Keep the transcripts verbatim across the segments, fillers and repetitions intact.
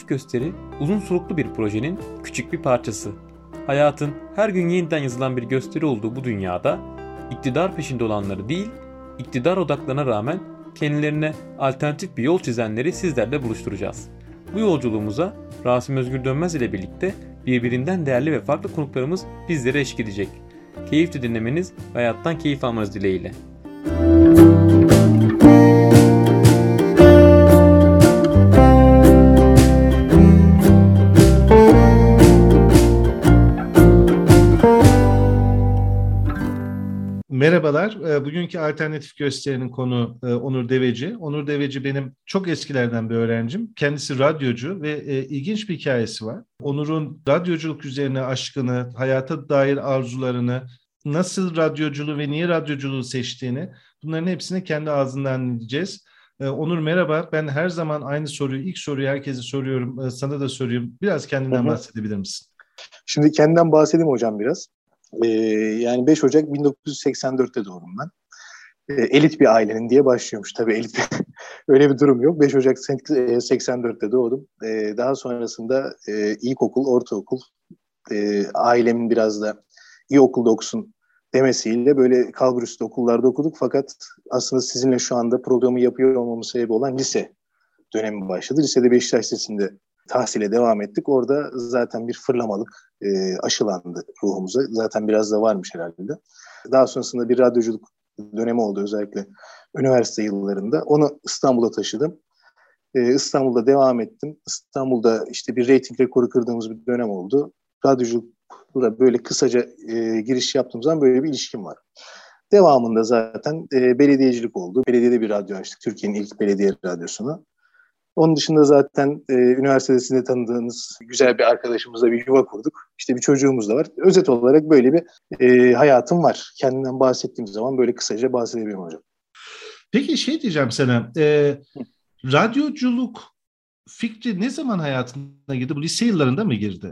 gösteri uzun soluklu bir projenin küçük bir parçası. Hayatın her gün yeniden yazılan bir gösteri olduğu bu dünyada iktidar peşinde olanları değil, iktidar odaklarına rağmen kendilerine alternatif bir yol çizenleri sizlerle buluşturacağız. Bu yolculuğumuza Rasim Özgür Dönmez ile birlikte birbirinden değerli ve farklı konuklarımız bizlere eşlik edecek. Keyifli dinlemeniz ve hayattan keyif almanız dileğiyle. Merhabalar. Bugünkü alternatif gösterinin konu Onur Deveci. Onur Deveci benim çok eskilerden bir öğrencim. Kendisi radyocu ve ilginç bir hikayesi var. Onur'un radyoculuk üzerine aşkını, hayata dair arzularını, nasıl radyoculuğu ve niye radyoculuğu seçtiğini, bunların hepsini kendi ağzından dinleyeceğiz. Onur merhaba. Ben her zaman aynı soruyu, ilk soruyu herkese soruyorum. Sana da sorayım. Biraz kendinden hı hı. bahsedebilir misin? Şimdi kendimden bahsedeyim hocam biraz. Ee, yani beş Ocak bin dokuz yüz seksen dörtte doğdum ben. Ee, elit bir ailenin diye başlıyormuş. Tabii elit öyle bir durum yok. beş Ocak seksen dörtte doğdum. Ee, daha sonrasında e, ilkokul, ortaokul, e, ailemin biraz da iyi okulda okusun demesiyle böyle kalburüstü okullarda okuduk. Fakat aslında sizinle şu anda programı yapıyor olmamın sebebi olan lise dönemi başladı. Lisede Beşiktaş Lisesi'nde tahsile devam ettik. Orada zaten bir fırlamalık e, aşılandı ruhumuza. Zaten biraz da varmış herhalde. Daha sonrasında bir radyoculuk dönemi oldu özellikle üniversite yıllarında. Onu İstanbul'a taşıdım. E, İstanbul'da devam ettim. İstanbul'da işte bir reyting rekoru kırdığımız bir dönem oldu. Radyoculukla böyle kısaca e, giriş yaptığım zaman böyle bir ilişkim var. Devamında zaten e, belediyecilik oldu. Belediyede bir radyo açtık. Türkiye'nin ilk belediye radyosunu. Onun dışında zaten e, üniversitesinde tanıdığınız güzel bir arkadaşımızla bir yuva kurduk. İşte bir çocuğumuz da var. Özet olarak böyle bir e, hayatım var. Kendimden bahsettiğim zaman böyle kısaca bahsedebilirim hocam. Peki şey diyeceğim sana. E, radyoculuk fikri ne zaman hayatına girdi? Bu lise yıllarında mı girdi?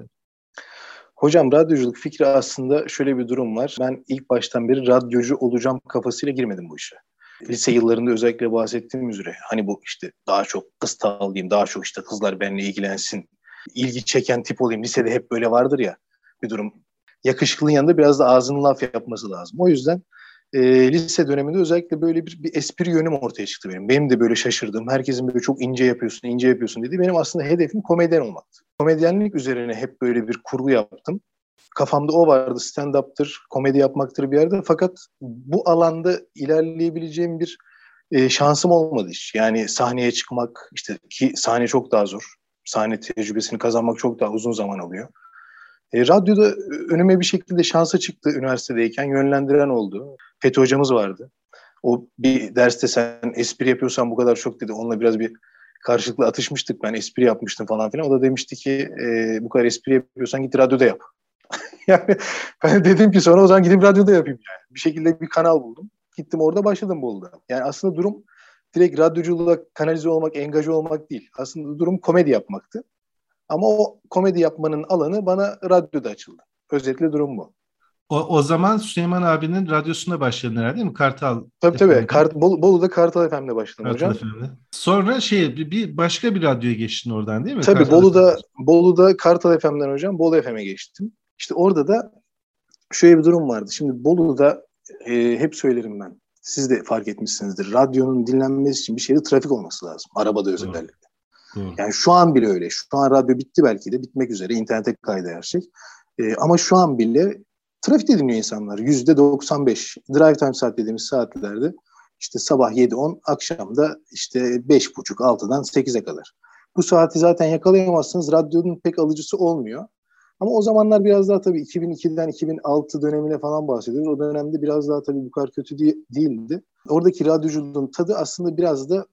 Hocam radyoculuk fikri aslında şöyle bir durum var. Ben ilk baştan beri radyocu olacağım kafasıyla girmedim bu işe. Lise yıllarında özellikle bahsettiğim üzere hani bu işte daha çok kız tavlayayım, daha çok işte kızlar benimle ilgilensin, ilgi çeken tip olayım. Lisede hep böyle vardır ya bir durum. Yakışıklının yanında biraz da ağzının laf yapması lazım. O yüzden e, lise döneminde özellikle böyle bir, bir espri yönüm ortaya çıktı benim. Benim de böyle şaşırdığım, herkesin böyle çok ince yapıyorsun, ince yapıyorsun dediği benim aslında hedefim komedyen olmaktı. Komedyenlik üzerine hep böyle bir kurgu yaptım. Kafamda o vardı, stand-up'tır, komedi yapmaktır bir yerde. Fakat bu alanda ilerleyebileceğim bir e, şansım olmadı hiç. Yani sahneye çıkmak, işte ki sahne çok daha zor. Sahne tecrübesini kazanmak çok daha uzun zaman alıyor. E, radyoda önüme bir şekilde şansa çıktı üniversitedeyken. Yönlendiren oldu. Fethi hocamız vardı. O bir derste sen espri yapıyorsan bu kadar çok dedi. Onunla biraz bir karşılıklı atışmıştık. Ben espri yapmıştım falan filan. O da demişti ki e, bu kadar espri yapıyorsan git radyoda yap. Yani ben dedim ki sonra o zaman gidip radyoda yapayım yani. Bir şekilde bir kanal buldum. Gittim orada başladım Bolu'da. Yani aslında durum direkt radyoculuğa kanalize olmak, engaje olmak değil. Aslında durum komedi yapmaktı. Ama o komedi yapmanın alanı bana radyoda açıldı. Özetle durum bu. O, o zaman Süleyman abinin radyosunda başladın herhalde değil mi? Kartal. Tabii tabii. Kart, Bol, Bolu'da Kartal F M'de başladım Kartal hocam. F M'de. Sonra şey bir başka bir radyoya geçtin oradan değil mi? Tabii Kartal Bolu'da Bolu'da Kartal F M'den hocam Bolu F M'e geçtim. İşte orada da şöyle bir durum vardı. Şimdi Bolu'da e, hep söylerim ben. Siz de fark etmişsinizdir. Radyonun dinlenmesi için bir şeyde trafik olması lazım. Arabada özellikle. Doğru. Doğru. Yani şu an bile öyle. Şu an radyo bitti belki de. Bitmek üzere. İnternete kaydı her şey. E, ama şu an bile trafikte dinliyor insanlar. yüzde doksan beş. Drive time saat dediğimiz saatlerde işte sabah yedi on, akşamda işte beş buçuk altıdan sekize kadar. Bu saati zaten yakalayamazsınız. Radyonun pek alıcısı olmuyor. Ama o zamanlar biraz daha tabii iki bin ikiden iki bin altı dönemine falan bahsediyoruz. O dönemde biraz daha tabii bu kadar kötü değildi. Oradaki radyoculuğun tadı aslında biraz da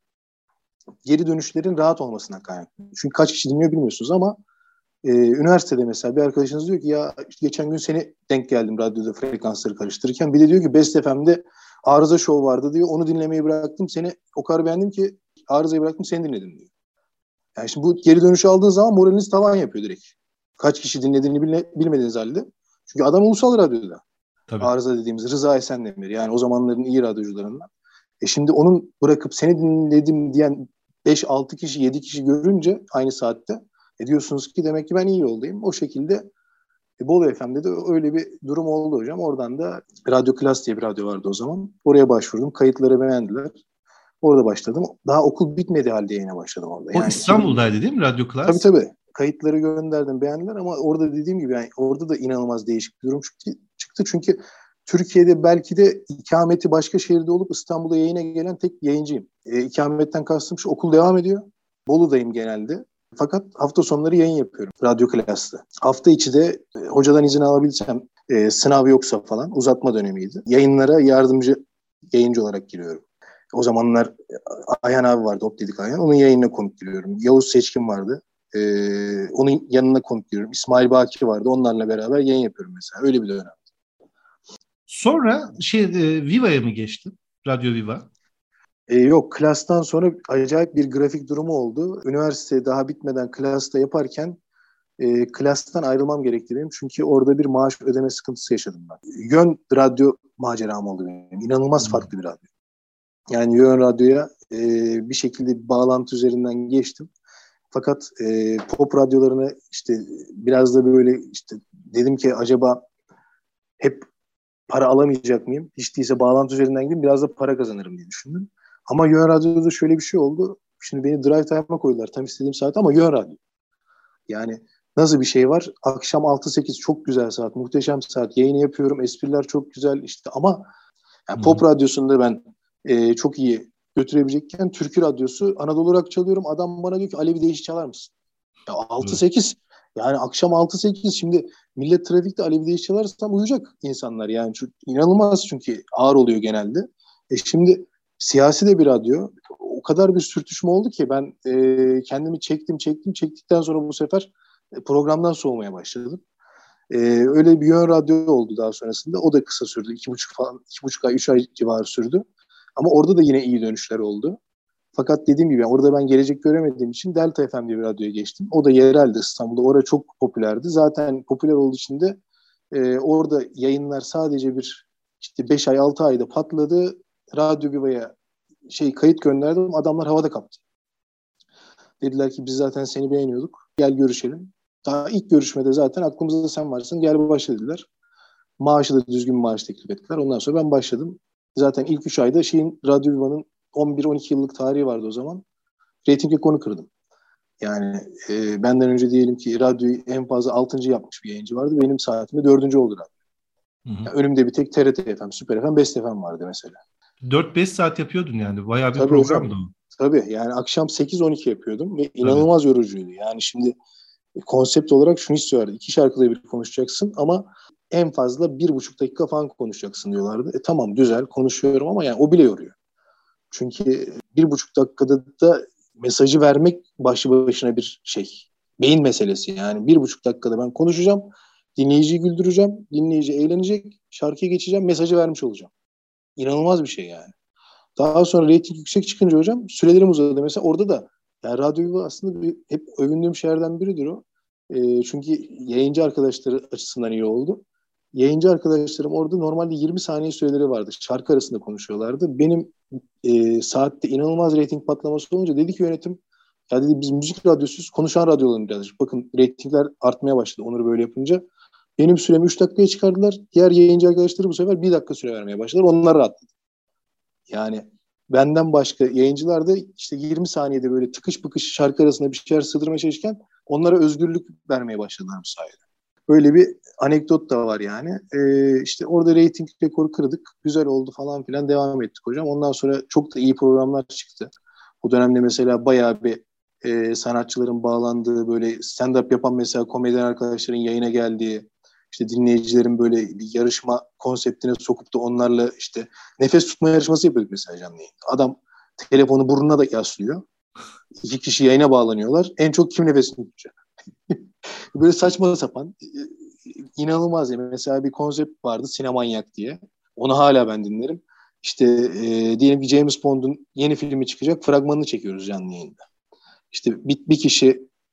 geri dönüşlerin rahat olmasından kaynaklı. Çünkü kaç kişi dinliyor bilmiyorsunuz ama e, üniversitede mesela bir arkadaşınız diyor ki ya işte geçen gün seni denk geldim radyoda frekansları karıştırırken. Bir de diyor ki Best F M'de Arıza Show vardı diyor. Onu dinlemeyi bıraktım. Seni o kadar beğendim ki Arıza'yı bıraktım seni dinledim diyor. Yani şimdi bu geri dönüşü aldığın zaman moraliniz tavan yapıyor direkt. Kaç kişi dinlediğini bilme, bilmediğiniz halde. Çünkü adam ulusal radyoda. Tabii. Arıza dediğimiz Rıza Esendemir. Yani o zamanların iyi radyocularından. E şimdi onun bırakıp seni dinledim diyen beş altı kişi, yedi kişi görünce aynı saatte E diyorsunuz ki demek ki ben iyi yoldayım. O şekilde e, Bolu F M'de de öyle bir durum oldu hocam. Oradan da Radyo Klas diye bir radyo vardı o zaman. Oraya başvurdum. Kayıtları beğendiler. Orada başladım. Daha okul bitmedi halde yayına başladım orada. O Yani İstanbul'daydı değil mi Radyo Klas? Tabii tabii. Kayıtları gönderdim, beğendiler ama orada dediğim gibi yani orada da inanılmaz değişik bir durum çıktı. çıktı. Çünkü Türkiye'de belki de ikameti başka şehirde olup İstanbul'a yayına gelen tek yayıncıyım. E, ikametten kastım şu, okul devam ediyor. Bolu'dayım genelde. Fakat hafta sonları yayın yapıyorum Radyo Klas'ta. Hafta içi de e, hocadan izin alabilsem, e, sınav yoksa falan, uzatma dönemiydi. Yayınlara yardımcı yayıncı olarak giriyorum. O zamanlar Ayhan abi vardı, Opdedik Ayhan. Onun yayınına konuk giriyorum. Yavuz Seçkin vardı. Ee, onun yanına konuk giriyorum. İsmail Baki vardı. Onlarla beraber yayın yapıyorum mesela. Öyle bir dönem. Sonra şey e, Viva'ya mı geçtin? Radyo Viva. Ee, yok, Klas'tan sonra acayip bir grafik durumu oldu. Üniversite daha bitmeden Klas'ta yaparken e, Klas'tan ayrılmam gerekti benim. Çünkü orada bir maaş ödeme sıkıntısı yaşadım ben. Yön radyo maceram oldu benim. İnanılmaz farklı bir radyo. Yani Yön radyoya e, bir şekilde bir bağlantı üzerinden geçtim. Fakat e, pop radyolarına işte biraz da böyle işte dedim ki acaba hep para alamayacak mıyım? Hiç değilse bağlantı üzerinden gideyim, biraz da para kazanırım diye düşündüm. Ama Yön Radyo'da şöyle bir şey oldu. Şimdi beni drive time'a koydular tam istediğim saat ama Yön Radyo. Yani nasıl bir şey var? Akşam altı sekiz çok güzel saat, muhteşem saat. Yayını yapıyorum, espriler çok güzel işte ama yani pop radyosunda ben e, çok iyi götürebilecekken Türkü radyosu Anadolu Rock çalıyorum. Adam bana diyor ki Alevi Değiş çalar mısın? Ya altı sekiz yani akşam altı sekiz şimdi millet trafikte Alevi Değiş çalarsam uyuyacak insanlar. Yani çok inanılmaz çünkü ağır oluyor genelde. E şimdi siyasi de bir radyo. O kadar bir sürtüşme oldu ki ben e, kendimi çektim çektim çektikten sonra bu sefer programdan soğumaya başladım. E, öyle bir Yön Radyo oldu daha sonrasında. O da kısa sürdü. İki buçuk falan, iki buçuk ay, üç ay civarı sürdü. Ama orada da yine iyi dönüşler oldu. Fakat dediğim gibi orada ben gelecek göremediğim için Delta F M diye bir radyoya geçtim. O da yereldi İstanbul'da. Orada çok popülerdi. Zaten popüler olduğu için de e, orada yayınlar sadece bir işte beş ay altı ayda patladı. Radyo Viva'ya şey kayıt gönderdim. Adamlar havada kaptı. Dediler ki biz zaten seni beğeniyorduk. Gel görüşelim. Daha ilk görüşmede zaten aklımızda sen varsın. Gel başla dediler. Maaşı da düzgün maaş teklif ettiler. Ondan sonra ben başladım. Zaten ilk üç ayda şeyin Radyo Viva'nın on bir on iki yıllık tarihi vardı o zaman. Reyting rekorunu kırdım. Yani e, benden önce diyelim ki radyoyu en fazla altıncı yapmış bir yayıncı vardı. Benim saatimde dördüncü oldu radyo. Yani önümde bir tek T R T F M, Süper F M, Best F M vardı mesela. dört beş saat yapıyordun yani. Bayağı bir tabii programdı hocam, o. Tabii yani akşam sekiz on iki yapıyordum ve inanılmaz tabii. yorucuydu. Yani şimdi konsept olarak şunu istiyorlardı. İki şarkıda bir konuşacaksın ama en fazla bir buçuk dakika falan konuşacaksın diyorlardı. E tamam güzel konuşuyorum ama yani o bile yoruyor. Çünkü bir buçuk dakikada da mesajı vermek başlı başına bir şey. Beyin meselesi yani. Bir buçuk dakikada ben konuşacağım, dinleyiciyi güldüreceğim, dinleyici eğlenecek, şarkıya geçeceğim, mesajı vermiş olacağım. İnanılmaz bir şey yani. Daha sonra reyting yüksek çıkınca hocam sürelerim uzadı. Mesela orada da yani Radyo Viva aslında bir, hep övündüğüm şeylerden biridir o. E, çünkü yayıncı arkadaşları açısından iyi oldu. Yayıncı arkadaşlarım orada normalde yirmi saniye süreleri vardı. Şarkı arasında konuşuyorlardı. Benim e, saatte inanılmaz reyting patlaması olunca dedi ki yönetim ya dedi biz müzik radyosuyuz konuşan radyo olalım birazcık. Bakın reytingler artmaya başladı onları böyle yapınca. Benim süremi üç dakikaya çıkardılar. Diğer yayıncı arkadaşları bu sefer bir dakika süre vermeye başladılar. Onlar rahatladı. Yani benden başka yayıncılar da işte yirmi saniyede böyle tıkış bıkış şarkı arasında bir şeyler sığdırmaya çalışırken onlara özgürlük vermeye başladılar bu sayede. Böyle bir anekdot da var yani. Ee, işte orada reyting rekoru kırdık. Güzel oldu falan filan devam ettik hocam. Ondan sonra çok da iyi programlar çıktı. Bu dönemde mesela bayağı bir e, sanatçıların bağlandığı böyle stand-up yapan mesela komedyen arkadaşların yayına geldiği işte dinleyicilerin böyle bir yarışma konseptine sokup da onlarla işte nefes tutma yarışması yapıyorduk mesela canlı yayında. Adam telefonu burnuna da yaslıyor. İki kişi yayına bağlanıyorlar. En çok kim nefesini tutacak? Böyle saçma sapan inanılmaz yani. Mesela bir konsept vardı Sinemanyak diye. Onu hala ben dinlerim. İşte e, diyelim ki James Bond'un yeni filmi çıkacak. Fragmanını çekiyoruz canlı yayında. İşte bir, bir kişi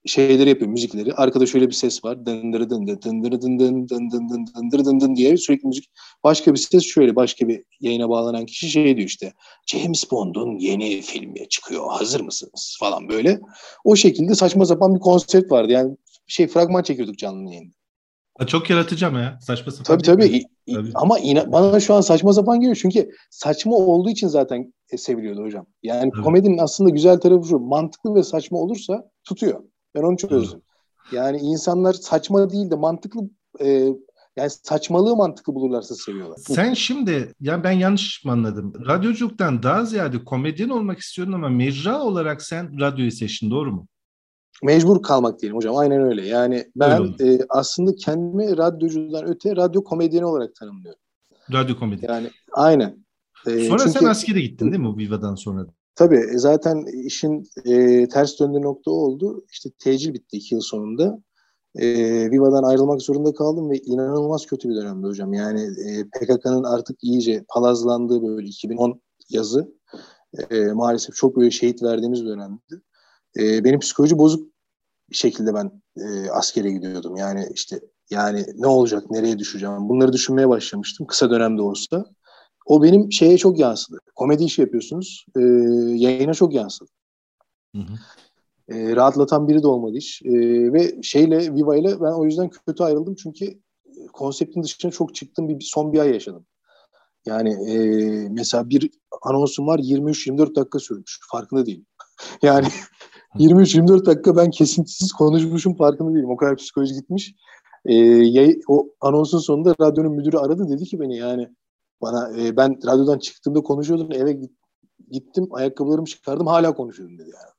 şeyleri yapıyor, müzikleri. Arkada şöyle bir ses var. Dındırı dındı, dındırı dın dın dın dın dın dındırı dın dın diye sürekli müzik. Başka bir ses şöyle, başka bir yayına bağlanan kişi şey diyor işte. James Bond'un yeni filmi çıkıyor. Hazır mısınız? Falan böyle. O şekilde saçma sapan bir konsept vardı. Yani şey fragman çekiyorduk canlı yayında. Çok yaratıcı ama ya. Saçma sapan Tabii değil tabii. mi? İ- i- Tabii. Ama ina- bana şu an saçma sapan geliyor. Çünkü saçma olduğu için zaten e, seviliyordu hocam. Yani Tabii. komedinin aslında güzel tarafı şu. Mantıklı ve saçma olursa tutuyor. Ben onu Doğru. çözdüm. Yani insanlar saçma değil de mantıklı, e, yani saçmalığı mantıklı bulurlarsa seviyorlar. Bu. Sen şimdi, ya ben yanlış mı anladım? Radyoculuktan daha ziyade komedyen olmak istiyordun ama mecra olarak sen radyoyu seçtin, doğru mu? Mecbur kalmak diyelim hocam. Aynen öyle. Yani Öyle ben oldu. e, aslında kendimi radyocudan öte radyo komedyeni olarak tanımlıyorum. Radyo komedi. Yani aynen. E, Sonra sen çünkü askere gittin değil mi, bu Viva'dan sonra? tabii e, zaten işin e, ters döndüğü nokta o oldu. İşte tecil bitti iki yıl sonunda. E, Viva'dan ayrılmak zorunda kaldım ve inanılmaz kötü bir dönemdi hocam. Yani e, P K K'nın artık iyice palazlandığı böyle iki bin on yazı, e, maalesef çok böyle şehit verdiğimiz bir dönemdi. E, benim psikoloji bozuk bir şekilde ben e, askere gidiyordum. Yani işte yani ne olacak, nereye düşeceğim, bunları düşünmeye başlamıştım kısa dönemde olsa. O benim şeye çok yansıdı. Komedi işi yapıyorsunuz, e, yayına çok yansıdı. Hı hı. E, rahatlatan biri de olmadı iş. E, ve şeyle, Viva ile ben o yüzden kötü ayrıldım. Çünkü konseptin dışına çok çıktım. Bir, son bir ay yaşadım. Yani e, mesela bir anonsum var, yirmi üç yirmi dört dakika sürmüş. Farkında değilim. Yani yirmi üç yirmi dört dakika ben kesintisiz konuşmuşum, farkında değilim. O kadar psikoloji gitmiş. E, yay, o anonsun sonunda radyonun müdürü aradı, dedi ki beni yani bana, e, ben radyodan çıktığımda konuşuyordum, eve gittim ayakkabılarımı çıkardım hala konuşuyordum dedi yani.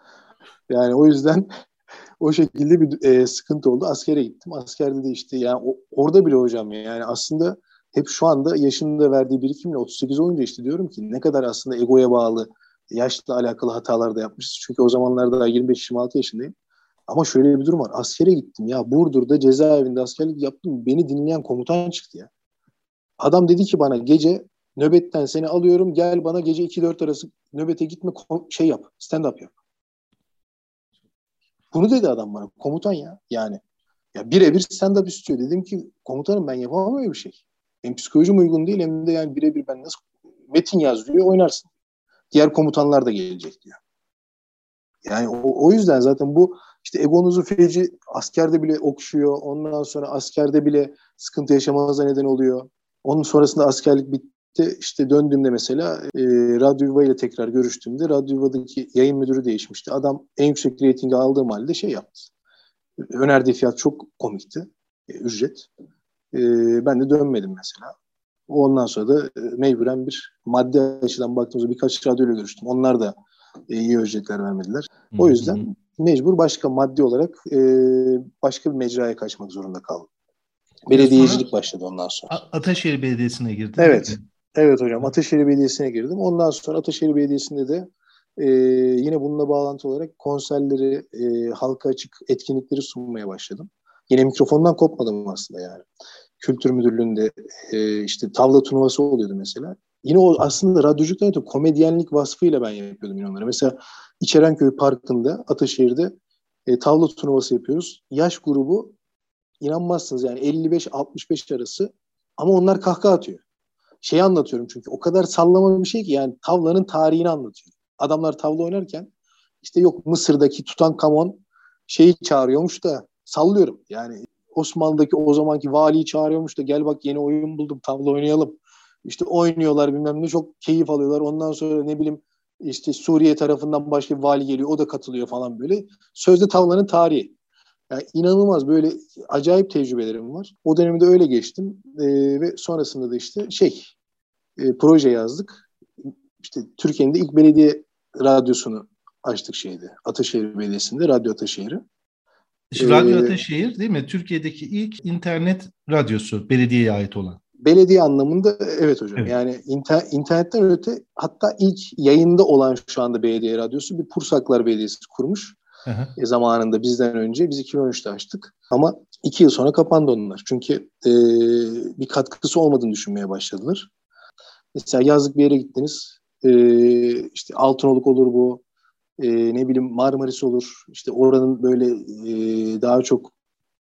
Yani o yüzden o şekilde bir e, sıkıntı oldu. Askere gittim. Askerde de işte yani o, orada bile hocam yani aslında hep şu anda yaşının da verdiği birikimle otuz sekiz olunca işte diyorum ki ne kadar aslında egoya bağlı, yaşla alakalı hatalar da yapmışız. Çünkü o zamanlarda daha yirmi beş yirmi altı yaşındayım. Ama şöyle bir durum var. Askere gittim ya. Burdur'da cezaevinde askerlik yaptım. Beni dinleyen komutan çıktı ya. Adam dedi ki bana gece nöbetten seni alıyorum. Gel bana gece iki dört arası nöbete gitme, şey yap. Stand up yap. Bunu dedi adam bana. Komutan ya. Yani ya birebir stand-up istiyor. Dedim ki komutanım ben yapamam öyle bir şey. Hem psikolojim uygun değil hem de yani birebir ben nasıl metin yaz diyor, oynarsın. Diğer komutanlar da gelecek diyor. Yani o, o yüzden zaten bu işte egonuzu feci askerde bile okşuyor. Ondan sonra askerde bile sıkıntı yaşamanıza neden oluyor. Onun sonrasında askerlik bitti. İşte döndüğümde mesela e, Radyo Viva ile tekrar görüştüğümde Radyo Viva'daki yayın müdürü değişmişti. Adam en yüksek reytingi aldığım halde şey yaptı. Önerdiği fiyat çok komikti. E, ücret. E, ben de dönmedim mesela. Ondan sonra da e, mecburen bir maddi açıdan baktığımızda birkaç radyoyla görüştüm. Onlar da e, iyi ücretler vermediler. O yüzden mecbur başka maddi olarak e, başka bir mecraya kaçmak zorunda kaldım. Belediyecilik Sonra başladı ondan sonra. Ataşehir Belediyesi'ne girdin. Evet. Evet hocam. Ataşehir Belediyesi'ne girdim. Ondan sonra Ataşehir Belediyesi'nde de e, yine bununla bağlantı olarak konserleri, e, halka açık etkinlikleri sunmaya başladım. Yine mikrofondan kopmadım aslında yani. Kültür Müdürlüğü'nde e, işte tavla turnuvası oluyordu mesela. Yine o aslında radyoculuktan öte komedyenlik vasfıyla ben yapıyordum yine onları. Mesela İçerenköy Parkı'nda, Ataşehir'de e, tavla turnuvası yapıyoruz. Yaş grubu inanmazsınız yani elli beş altmış beş arası, ama onlar kahkaha atıyor. Şeyi anlatıyorum çünkü o kadar sallama bir şey ki yani tavlanın tarihini anlatıyor. Adamlar tavla oynarken işte yok Mısır'daki Tutankamon şeyi çağırıyormuş da sallıyorum. Yani Osmanlı'daki o zamanki valiyi çağırıyormuş da gel bak yeni oyun buldum tavla oynayalım. İşte oynuyorlar bilmem ne, çok keyif alıyorlar. Ondan sonra ne bileyim işte Suriye tarafından başka bir vali geliyor, o da katılıyor falan böyle. Sözde tavlanın tarihi. Yani inanılmaz böyle acayip tecrübelerim var. O dönemde öyle geçtim ee, ve sonrasında da işte şey e, proje yazdık. İşte Türkiye'nin de ilk belediye radyosunu açtık şeyde. Ataşehir Belediyesi'nde, Radyo Ataşehir'i. İşte Radyo Ee, Ataşehir değil mi? Türkiye'deki ilk internet radyosu, belediyeye ait olan. belediye anlamında evet hocam. Evet. Yani inter, internetten öte hatta ilk yayında olan şu anda belediye radyosu bir Pursaklar Belediyesi kurmuş. E, zamanında bizden önce. Biz iki bin on üçte açtık. Ama iki yıl sonra kapandı onlar. Çünkü e, bir katkısı olmadığını düşünmeye başladılar. Mesela yazlık bir yere gittiniz. E, işte Altınoluk olur bu. e, ne bileyim Marmaris olur. İşte oranın böyle e, daha çok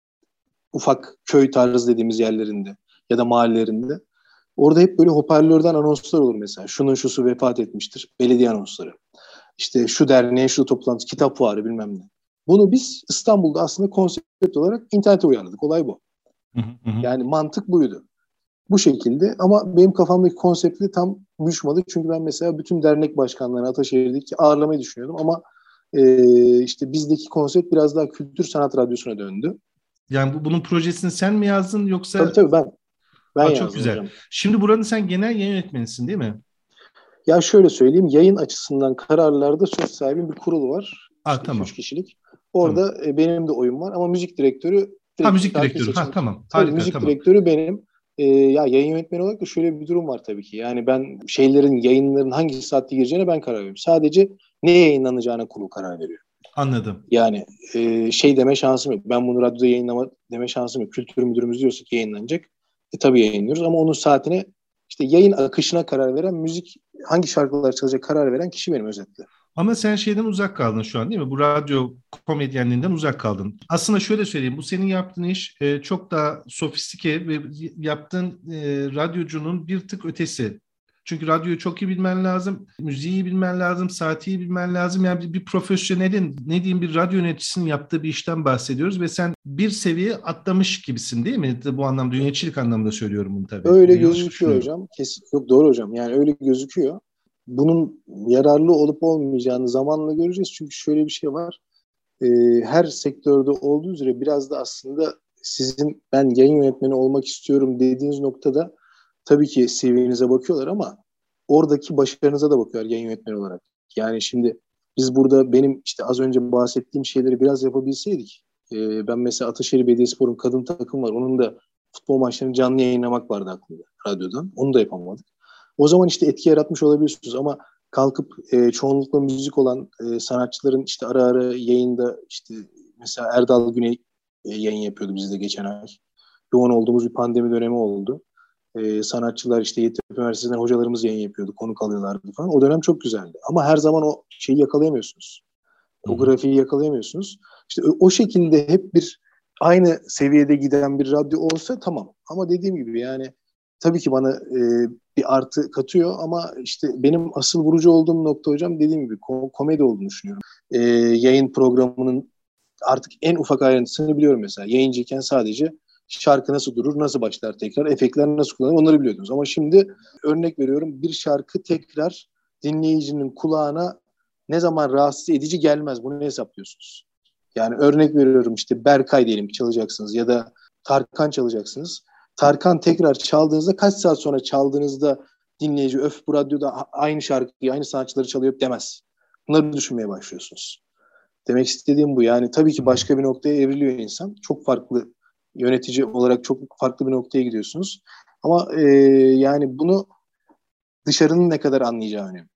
ufak köy tarzı dediğimiz yerlerinde ya da mahallelerinde. Orada hep böyle hoparlörden anonslar olur mesela. Şunun şusu vefat etmiştir. Belediye anonsları. İşte şu derneğe şu toplantı, kitap fuarı bilmem ne. Bunu biz İstanbul'da aslında konsept olarak internete uyarladık. Olay bu. Hı hı hı. Yani mantık buydu. Bu şekilde ama benim kafamdaki konsepti tam uyuşmadı. Çünkü ben mesela bütün dernek başkanlarını Ataşehir'deki ağırlamayı düşünüyordum ama e, işte bizdeki konsept biraz daha kültür sanat radyosuna döndü. Yani bu, bunun projesini sen mi yazdın Tabii yoksa? tabii ben. Ben Aa, yazdım çok güzel. hocam. Şimdi buranın sen genel yayın yönetmenisin değil mi? Ya şöyle söyleyeyim, yayın açısından kararlarda söz sahibi bir kurul var. Aa, İşte iki üç tamam. kişilik. Tamam. Orada e, benim de oyum var ama müzik direktörü Ha, direkt müzik şarkı direktörü. Ha, seçimi. tamam. Tabii Harika, müzik tamam. direktörü benim. E, ya yayın yönetmeni olarak da şöyle bir durum var tabii ki. Yani ben şeylerin, yayınların hangi saatte gireceğine ben karar veriyorum. Sadece ne yayınlanacağına kurul karar veriyor. Anladım. Yani e, şey deme şansım yok. Ben bunu radyoda yayınlama deme şansım yok. Kültür müdürümüz diyorsa ki yayınlanacak. E, tabii yayınlıyoruz ama onun saatine işte yayın akışına karar veren, müzik hangi şarkılar çalacak karar veren kişi benim özetle. Ama sen şeyden uzak kaldın şu an değil mi? Bu radyo komedyenliğinden uzak kaldın. Aslında şöyle söyleyeyim. Bu senin yaptığın iş e, çok daha sofistike ve yaptığın e, radyocunun bir tık ötesi. Çünkü radyoyu çok iyi bilmen lazım. Müziği iyi bilmen lazım. Saati iyi bilmen lazım. Yani bir, bir profesyonelin, ne diyeyim, bir radyo yöneticisinin yaptığı bir işten bahsediyoruz. Ve sen bir seviye atlamış gibisin değil mi? Bu anlamda, yöneticilik anlamında söylüyorum bunu tabii. Öyle Yani yanlış gözüküyor düşünüyorum. hocam. Kesin, yok doğru hocam. Yani öyle gözüküyor. Bunun yararlı olup olmayacağını zamanla göreceğiz. Çünkü şöyle bir şey var. Ee, her sektörde olduğu üzere biraz da aslında sizin ben yayın yönetmeni olmak istiyorum dediğiniz noktada tabii ki C V'nize bakıyorlar ama oradaki başarınıza da bakıyorlar yayın yönetmeni olarak. Yani şimdi biz burada benim işte az önce bahsettiğim şeyleri biraz yapabilseydik. E, ben mesela Ataşehir Belediyespor'un kadın takım var. Onun da futbol maçlarını canlı yayınlamak vardı aklımda radyodan. Onu da yapamadık. O zaman işte etki yaratmış olabiliyorsunuz ama kalkıp e, çoğunlukla müzik olan e, sanatçıların işte ara ara yayında işte mesela Erdal Güney e, yayın yapıyordu bizde geçen ay. Yoğun olduğumuz bir pandemi dönemi oldu. Ee, sanatçılar işte Yeditepe Üniversitesi'nden hocalarımız yayın yapıyordu. Konuk alıyorlardı falan. O dönem çok güzeldi. Ama her zaman o şeyi yakalayamıyorsunuz. O grafiği yakalayamıyorsunuz. İşte o, o şekilde hep bir aynı seviyede giden bir radyo olsa tamam. Ama dediğim gibi yani tabii ki bana e, bir artı katıyor ama işte benim asıl vurucu olduğum nokta hocam dediğim gibi kom- komedi olduğunu düşünüyorum. E, yayın programının artık en ufak ayrıntısını biliyorum mesela. Yayıncıyken sadece şarkı nasıl durur, nasıl başlar tekrar, efektler nasıl kullanılır onları biliyordunuz. Ama şimdi örnek veriyorum bir şarkı tekrar dinleyicinin kulağına ne zaman rahatsız edici gelmez. Bunu ne hesaplıyorsunuz? Yani örnek veriyorum işte Berkay diyelim ki çalacaksınız ya da Tarkan çalacaksınız. Tarkan tekrar çaldığınızda kaç saat sonra çaldığınızda dinleyici öf bu radyoda aynı şarkıyı, aynı sanatçıları çalıyor demez. Bunları düşünmeye başlıyorsunuz. Demek istediğim bu. Yani tabii ki başka bir noktaya evriliyor insan. Çok farklı yönetici olarak çok farklı bir noktaya gidiyorsunuz. Ama e, yani bunu dışarının ne kadar anlayacağı önemli.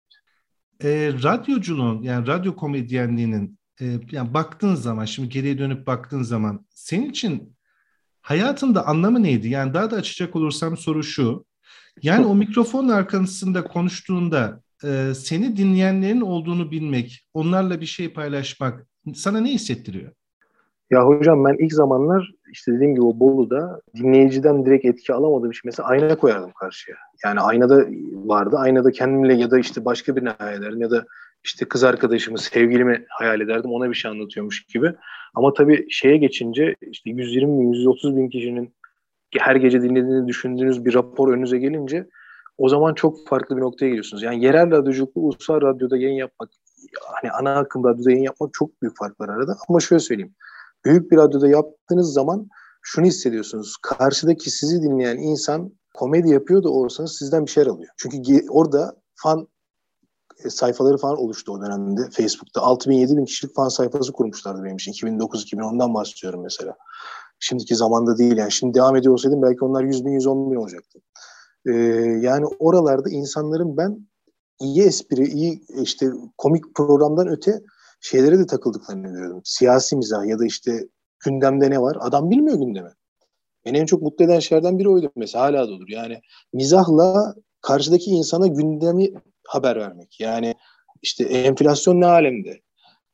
E, radyoculuğun, yani radyo komedyenliğinin e, yani baktığın zaman, şimdi geriye dönüp baktığın zaman senin için hayatında anlamı neydi? Yani daha da açacak olursam soru şu. Yani o mikrofonun arkasında konuştuğunda e, seni dinleyenlerin olduğunu bilmek, onlarla bir şey paylaşmak sana ne hissettiriyor? Ya hocam ben ilk zamanlar işte dediğim gibi o Bolu'da dinleyiciden direkt etki alamadığım için mesela ayna koyardım karşıya. Yani aynada vardı. Aynada kendimle ya da işte başka birini hayal ederdim ya da işte kız arkadaşımı, sevgilimi hayal ederdim. Ona bir şey anlatıyormuş gibi. Ama tabii şeye geçince işte yüz yirmi bin, yüz otuz bin kişinin her gece dinlediğini düşündüğünüz bir rapor önünüze gelince o zaman çok farklı bir noktaya geliyorsunuz. Yani yerel radyoculukla ulusal radyoda yayın yapmak, hani ana akım radyoda yayın yapmak çok büyük farklar arada. Ama şöyle söyleyeyim. Büyük bir radyoda yaptığınız zaman şunu hissediyorsunuz. Karşıdaki sizi dinleyen insan komedi yapıyor da olsanız sizden bir şeyler alıyor. Çünkü orada fan sayfaları falan oluştu o dönemde Facebook'ta. altı bin yedi bin kişilik fan sayfası kurmuşlardı benim için. iki bin dokuz iki bin ondan bahsediyorum mesela. Şimdiki zamanda değil yani. Şimdi devam ediyor olsaydım belki onlar yüz bin yüz on bin olacaktı. Ee, yani oralarda insanların ben iyi espri, iyi işte komik programdan öte şeylere de takıldıklarını görüyorum. Siyasi mizah ya da işte gündemde ne var? Adam bilmiyor gündemi. Beni en çok mutlu eden şeylerden biri oydu mesela. Hala da olur. Yani mizahla karşıdaki insana gündemi haber vermek. Yani işte enflasyon ne alemde?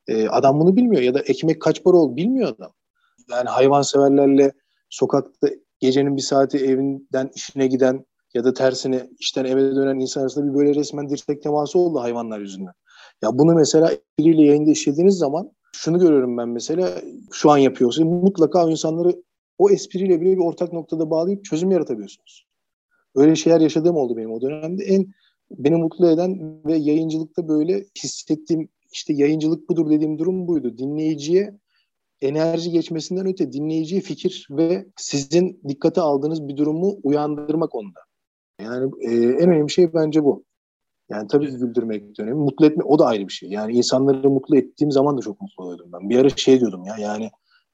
E, adam bunu bilmiyor ya da ekmek kaç para oldu bilmiyor adam. Yani hayvanseverlerle sokakta gecenin bir saati evinden işine giden ya da tersine işten eve dönen insan arasında bir böyle resmen dirsek teması oldu hayvanlar yüzünden. Ya bunu mesela biriyle yayında işlediğiniz zaman şunu görüyorum ben mesela şu an yapıyorsunuz. Mutlaka o insanları o espriyle bile bir ortak noktada bağlayıp çözüm yaratabiliyorsunuz. Öyle şeyler yaşadığım oldu benim o dönemde. En beni mutlu eden ve yayıncılıkta böyle hissettiğim işte yayıncılık budur dediğim durum buydu. Dinleyiciye enerji geçmesinden öte dinleyiciye fikir ve sizin dikkate aldığınız bir durumu uyandırmak onda. Yani e, en önemli şey bence bu. Yani tabii ki güldürmek de önemli. Mutlu etme o da ayrı bir şey. Yani insanları mutlu ettiğim zaman da çok mutlu oluyordum ben. Bir ara şey diyordum ya yani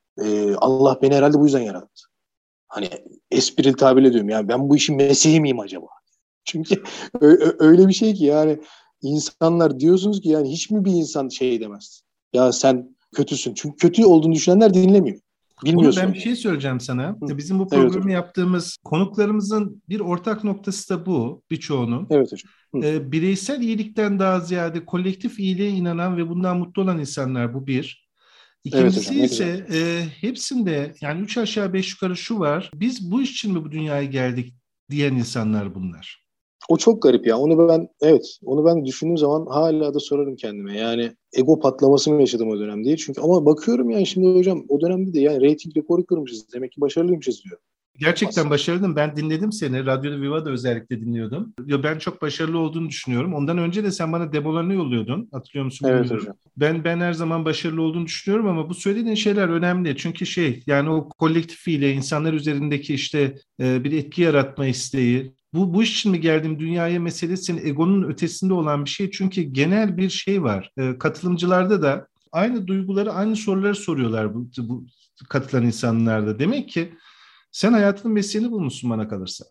e, Allah beni herhalde bu yüzden yarattı. Hani esprili tabir ediyorum. Yani ben bu işin mesleği miyim acaba? Çünkü öyle bir şey ki yani insanlar diyorsunuz ki yani hiç mi bir insan şey demez? Ya sen kötüsün. Çünkü kötü olduğunu düşünenler dinlemiyor. Onu Bilmiyorsun ben onu. bir şey söyleyeceğim sana. Hı. Bizim bu Evet programı hocam. yaptığımız konuklarımızın bir ortak noktası da bu birçoğunun. Evet hocam. Hı. E, bireysel iyilikten daha ziyade kolektif iyiliğe inanan ve bundan mutlu olan insanlar bu bir. Evet hocam, İkincisi ne güzel. ise e, hepsinde yani üç aşağı beş yukarı şu var. Biz bu iş için mi bu dünyaya geldik diyen insanlar bunlar. O çok garip ya. Onu ben evet, onu ben düşündüğüm zaman hala da sorarım kendime. Yani ego patlaması mı yaşadım o dönem diye. Çünkü ama bakıyorum yani şimdi hocam o dönemde de yani reyting rekoru kırmışız. Demek ki başarılıymışız diyor. Gerçekten Aslında. başarılıyım. Ben dinledim seni. Radyo Viva'da özellikle dinliyordum. Ya ben çok başarılı olduğunu düşünüyorum. Ondan önce de sen bana demolarını yolluyordun. Hatırlıyor musun Evet bilmiyorum. hocam. Ben ben her zaman başarılı olduğunu düşünüyorum ama bu söylediğin şeyler önemli. Çünkü şey yani o kolektif ile insanlar üzerindeki işte e, bir etki yaratma isteği. Bu, bu iş için mi geldim dünyaya meselesinin egonun ötesinde olan bir şey. Çünkü genel bir şey var. E, katılımcılarda da aynı duyguları, aynı soruları soruyorlar bu, bu katılan insanlarda. Demek ki sen hayatının mesleğini bulmuşsun bana kalırsa.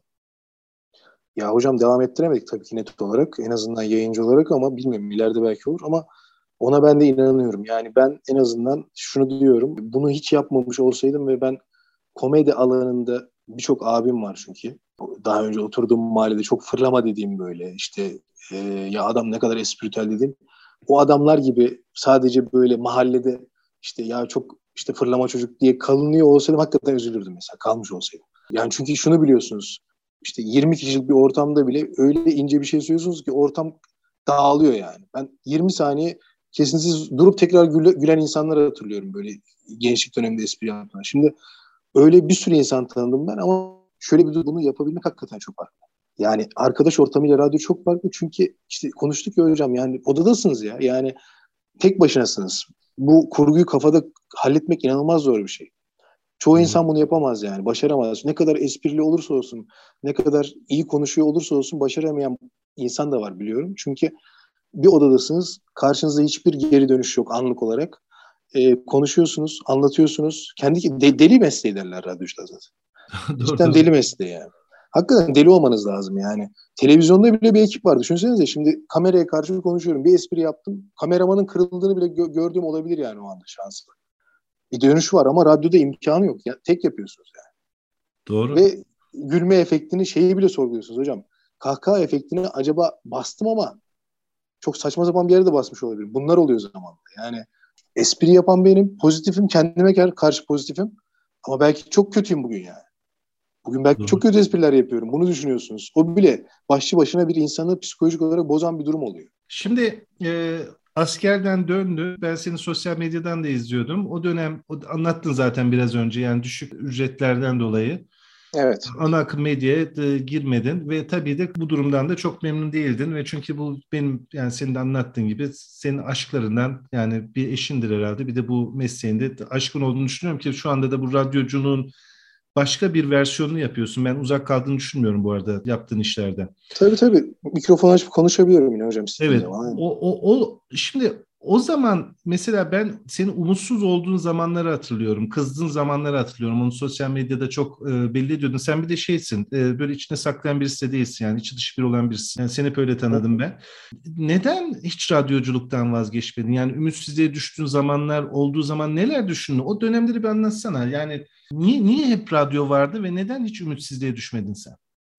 Ya hocam devam ettiremedik tabii ki net olarak. En azından yayıncı olarak ama bilmiyorum ileride belki olur ama ona ben de inanıyorum. Yani ben en azından şunu diyorum. Bunu hiç yapmamış olsaydım ve ben komedi alanında birçok abim var çünkü. Daha önce oturduğum mahallede çok fırlama dediğim böyle işte e, ya adam ne kadar espritüel dediğim. O adamlar gibi sadece böyle mahallede işte ya çok işte fırlama çocuk diye kalınıyor olsaydım hakikaten üzülürdüm mesela kalmış olsaydım. Yani çünkü şunu biliyorsunuz işte yirmi kişilik bir ortamda bile öyle ince bir şey söylüyorsunuz ki ortam dağılıyor yani. Ben yirmi saniye kesintisiz durup tekrar güle, gülen insanları hatırlıyorum böyle gençlik döneminde espri yaptılar. Şimdi öyle bir sürü insan tanıdım ben ama şöyle bir bunu yapabilmek hakikaten çok farklı. Yani arkadaş ortamıyla radyo çok farklı çünkü işte konuştuk ya hocam yani odadasınız ya yani tek başınasınız. Bu kurguyu kafada halletmek inanılmaz zor bir şey. Çoğu Doğru. insan bunu yapamaz yani. Başaramaz. Ne kadar esprili olursa olsun, ne kadar iyi konuşuyor olursa olsun başaramayan insan da var biliyorum. Çünkü bir odadasınız. Karşınızda hiçbir geri dönüş yok anlık olarak. Ee, konuşuyorsunuz, anlatıyorsunuz. Kendi de, deli mesleği derler radyocuda zaten. Doğru Cidden doğru. deli mesleği yani. Hakikaten deli olmanız lazım yani. Televizyonda bile bir ekip var. Düşünsenize şimdi kameraya karşı konuşuyorum. Bir espri yaptım. Kameramanın kırıldığını bile gö- gördüğüm olabilir yani o anda şanslı. Bir dönüş var ama radyoda imkanı yok. Ya, tek yapıyorsunuz yani. Doğru. Ve gülme efektini şeyi bile sorguluyorsunuz hocam. Kahkaha efektini acaba bastım ama çok saçma sapan bir yere de basmış olabilirim. Bunlar oluyor zamanla. Yani espri yapan benim. Pozitifim. Kendime karşı pozitifim. Ama belki çok kötüyüm bugün yani. Bugün belki Doğru. çok kötü espriler yapıyorum. Bunu düşünüyorsunuz. O bile başlı başına bir insanı psikolojik olarak bozan bir durum oluyor. Şimdi e, askerden döndü. Ben seni sosyal medyadan da izliyordum. O dönem o, anlattın zaten biraz önce yani düşük ücretlerden dolayı Evet. ana akım medyaya e, girmedin ve tabii de bu durumdan da çok memnun değildin ve çünkü bu benim yani senin de anlattığın gibi senin aşklarından yani bir eşindir herhalde bir de bu mesleğinde aşkın olduğunu düşünüyorum ki şu anda da bu radyoculuğun başka bir versiyonunu yapıyorsun. Ben uzak kaldığını düşünmüyorum bu arada yaptığın işlerden. Tabii tabii. Mikrofon açıp konuşabiliyorum yine hocam istediğim Evet, zaman. Aynen. o, o, o şimdi o zaman mesela ben senin umutsuz olduğun zamanları hatırlıyorum. Kızdığın zamanları hatırlıyorum. Onu sosyal medyada çok e, belli ediyordun. Sen bir de şeysin, e, böyle içine saklayan birisi de değilsin yani. İçi dışı bir olan birisin. Yani seni hep öyle tanıdım ben. Neden hiç radyoculuktan vazgeçmedin? Yani ümitsizliğe düştüğün zamanlar olduğu zaman neler düşündün? O dönemleri bir anlatsana. Yani niye, niye hep radyo vardı ve neden hiç ümitsizliğe düşmedin sen?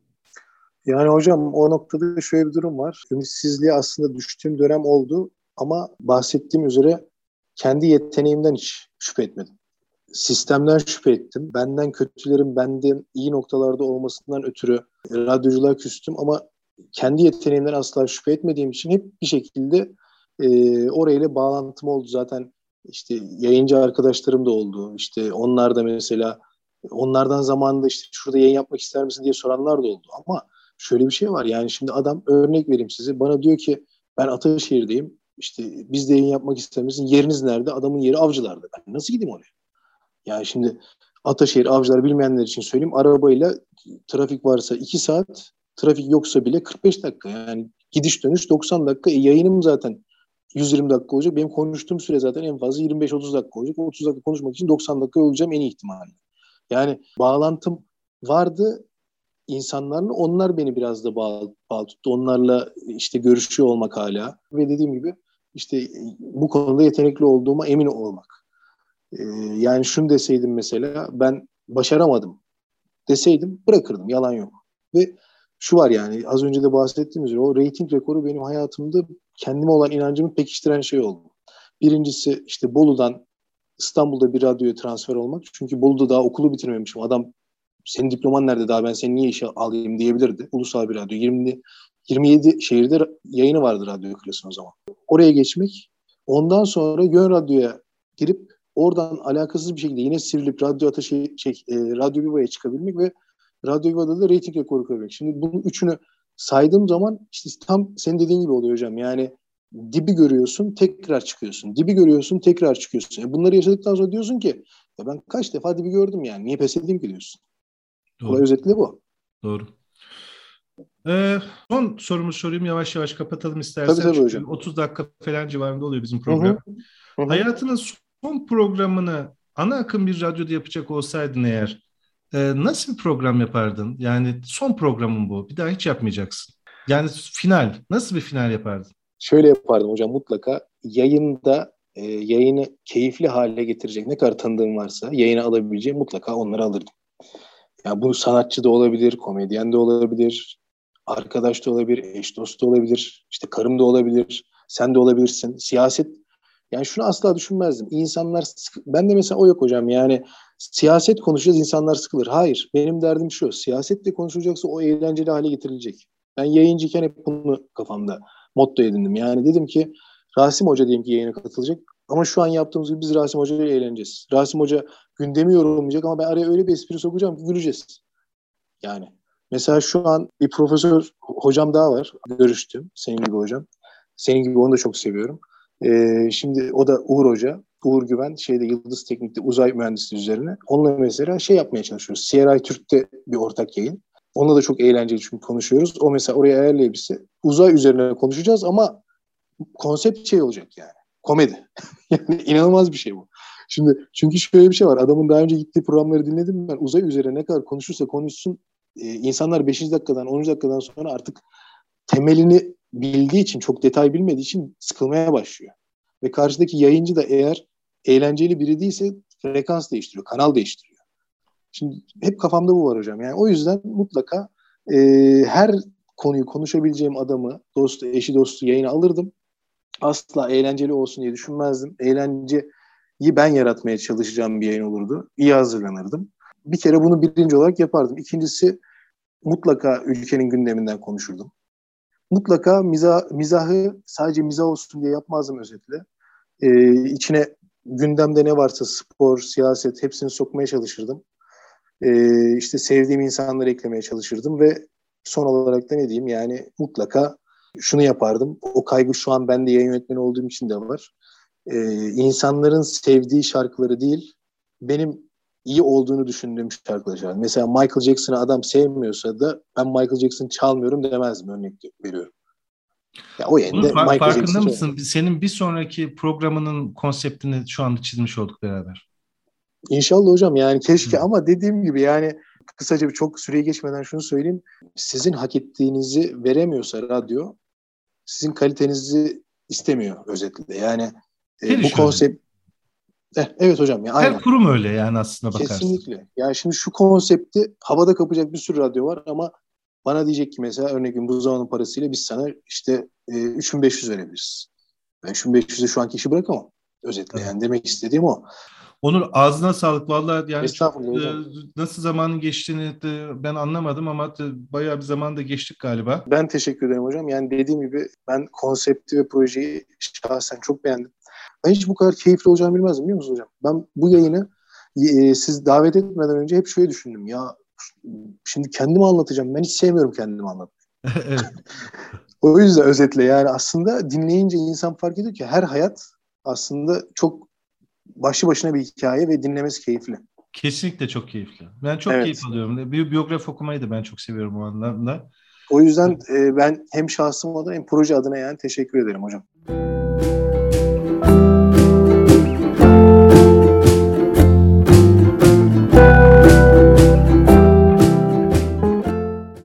Yani hocam o noktada şöyle bir durum var. Ümitsizliğe aslında düştüğüm dönem oldu ama bahsettiğim üzere kendi yeteneğimden hiç şüphe etmedim. Sistemden şüphe ettim. Benden kötülerin benden iyi noktalarda olmasından ötürü radyoculuğa küstüm ama kendi yeteneğimden asla şüphe etmediğim için hep bir şekilde e, orayla bağlantım oldu. Zaten işte yayıncı arkadaşlarım da oldu. İşte onlar da mesela onlardan zamanında işte şurada yayın yapmak ister misin diye soranlar da oldu. Ama şöyle bir şey var, yani şimdi adam, örnek vereyim size, bana diyor ki ben Ataşehir'deyim. İşte biz de yayın yapmak ister misin? Yeriniz nerede? Adamın yeri Avcılar'da. Ben nasıl gideyim oraya? Yani şimdi Ataşehir, Avcılar bilmeyenler için söyleyeyim. Arabayla trafik varsa iki saat, trafik yoksa bile kırk beş dakika. Yani gidiş dönüş doksan dakika. E, yayınım zaten yüz yirmi dakika olacak. Benim konuştuğum süre zaten en fazla yirmi beş otuz dakika olacak. otuz dakika konuşmak için doksan dakika olacağım en iyi ihtimalle. Yani bağlantım vardı insanlarla. Onlar beni biraz da bağlı, bağlı tuttu. Onlarla işte görüşüyor olmak hala. Ve dediğim gibi işte bu konuda yetenekli olduğuma emin olmak. Ee, yani şunu deseydim mesela, ben başaramadım deseydim bırakırdım. Yalan yok. Ve şu var, yani az önce de bahsettiğim üzere o reyting rekoru benim hayatımda kendime olan inancımı pekiştiren şey oldu. Birincisi işte Bolu'dan İstanbul'da bir radyoya transfer olmak. Çünkü Bolu'da daha okulu bitirmemişim. Adam senin diploman nerede, daha ben seni niye işe alayım diyebilirdi. Ulusal bir radyo. yirmi, yirmi yedi şehirde yayını vardı Radyo Klas'ın o zaman. Oraya geçmek. Ondan sonra Yön Radyo'ya girip oradan alakasız bir şekilde yine sivrilip Radyo Ataşehir, şey, e, Radyo Viva'ya çıkabilmek ve Radyo Viva'da da reyting rekoru kurabilmek. Şimdi bunun üçünü saydığım zaman işte tam senin dediğin gibi oluyor hocam. Yani dibi görüyorsun, tekrar çıkıyorsun. Dibi görüyorsun, tekrar çıkıyorsun. Yani bunları yaşadıktan sonra diyorsun ki ya ben kaç defa dibi gördüm yani. Niye pes edeyim ki diyorsun. Doğru. Olay özetle bu. Doğru. Ee, son sorumu sorayım, yavaş yavaş kapatalım istersen. Tabii tabii Çünkü hocam. otuz dakika falan civarında oluyor bizim program. Hı hı. Hı hı. Hayatının son programını ana akım bir radyoda yapacak olsaydın eğer e, nasıl bir program yapardın? Yani son programın bu. Bir daha hiç yapmayacaksın. Yani final. Nasıl bir final yapardın? Şöyle yapardım hocam, mutlaka yayında e, yayını keyifli hale getirecek ne kadar tanıdığım varsa yayına alabileceğim mutlaka onları alırdım. Yani bu sanatçı da olabilir, komedyen de olabilir, arkadaş da olabilir, eş dost da olabilir, işte karım da olabilir, sen de olabilirsin. Siyaset, yani şunu asla düşünmezdim. İnsanlar sık- ben de mesela o yok hocam, yani siyaset konuşacağız insanlar sıkılır. Hayır, benim derdim şu: siyasetle konuşulacaksa o eğlenceli hale getirilecek. Ben yayıncıyken hep bunu kafamda motto edindim. Yani dedim ki Rasim Hoca diyelim ki yayına katılacak ama şu an yaptığımız gibi biz Rasim Hoca ile eğleneceğiz. Rasim Hoca gündemi yorumlayacak ama ben araya öyle bir espri sokacağım ki güleceğiz. Yani mesela şu an bir profesör hocam daha var, görüştüm senin gibi hocam. Senin gibi, onu da çok seviyorum. Ee, şimdi o da Uğur Hoca. Uğur Güven şeyde Yıldız Teknik'te uzay mühendisliği üzerine. Onunla mesela şey yapmaya çalışıyoruz. C R I Türk'te bir ortak yayın. Onunla da çok eğlenceli çünkü konuşuyoruz. O mesela oraya ayarlayabilse uzay üzerine konuşacağız ama konsept şey olacak yani. Komedi. Yani inanılmaz bir şey bu. Şimdi çünkü şöyle bir şey var. Adamın daha önce gittiği programları dinledim ben. Uzay üzerine ne kadar konuşursa konuşsun e, insanlar beşinci dakikadan onuncu dakikadan sonra artık temelini bildiği için, çok detay bilmediği için sıkılmaya başlıyor. Ve karşıdaki yayıncı da eğer eğlenceli biri değilse frekans değiştiriyor, kanal değiştiriyor. Şimdi hep kafamda bu var hocam. Yani o yüzden mutlaka e, her konuyu konuşabileceğim adamı, dostu, eşi dostu yayına alırdım. Asla eğlenceli olsun diye düşünmezdim. Eğlenceyi ben yaratmaya çalışacağım bir yayın olurdu. İyi hazırlanırdım. Bir kere bunu birinci olarak yapardım. İkincisi, mutlaka ülkenin gündeminden konuşurdum. Mutlaka mizah, mizahı sadece mizah olsun diye yapmazdım özetle. Ee, içine gündemde ne varsa spor, siyaset hepsini sokmaya çalışırdım. Ee, işte sevdiğim insanları eklemeye çalışırdım ve son olarak da ne diyeyim, yani mutlaka şunu yapardım. O kaygı şu an bende yayın yönetmeni olduğum için de var. Ee, insanların sevdiği şarkıları değil, benim iyi olduğunu düşündüğüm şarkıları çalardım. Mesela Michael Jackson'ı adam sevmiyorsa da ben Michael Jackson çalmıyorum demezdim, örnek veriyorum. Ya o Bunun yayında fa- Michael farkında Jackson mısın? Senin bir sonraki programının konseptini şu anda çizmiş olduk beraber. İnşallah hocam, yani keşke Hı. ama dediğim gibi yani kısaca bir çok süreyi geçmeden şunu söyleyeyim. Sizin hak ettiğinizi veremiyorsa radyo, sizin kalitenizi istemiyor özetle. Yani Her e, bu iş öyle. konsept eh, evet hocam ya, Her aynen. kurum öyle yani aslına bakarsın. Kesinlikle. Yani şimdi şu konsepti havada kapacak bir sürü radyo var ama bana diyecek ki mesela, örnek bu zamanın parasıyla biz sana işte e, üç bin beş yüz verebiliriz. Ben üç bin beş yüze şu anki işi bırakamam. Özetle Evet. yani demek istediğim o. Onur, ağzına sağlık. Vallahi yani çok, Estağfurullah hocam. e, nasıl zamanın geçtiğini de ben anlamadım ama de, bayağı bir zaman da geçtik galiba. Ben teşekkür ederim hocam. Yani dediğim gibi ben konsepti ve projeyi şahsen çok beğendim. Ben hiç bu kadar keyifli olacağını bilmezdim, biliyor musunuz hocam? Ben bu yayını e, siz davet etmeden önce hep şöyle düşündüm. Ya şimdi kendimi anlatacağım. Ben hiç sevmiyorum kendimi anlatmayı. Evet. O yüzden özetle yani aslında dinleyince insan fark ediyor ki her hayat aslında çok başlı başına bir hikaye ve dinlemesi keyifli. Kesinlikle çok keyifli. Ben çok Evet. keyif alıyorum. Bir biyografi okumayı da ben çok seviyorum o anlamda. O yüzden e, ben hem şahsım adına hem proje adına yani teşekkür ederim hocam.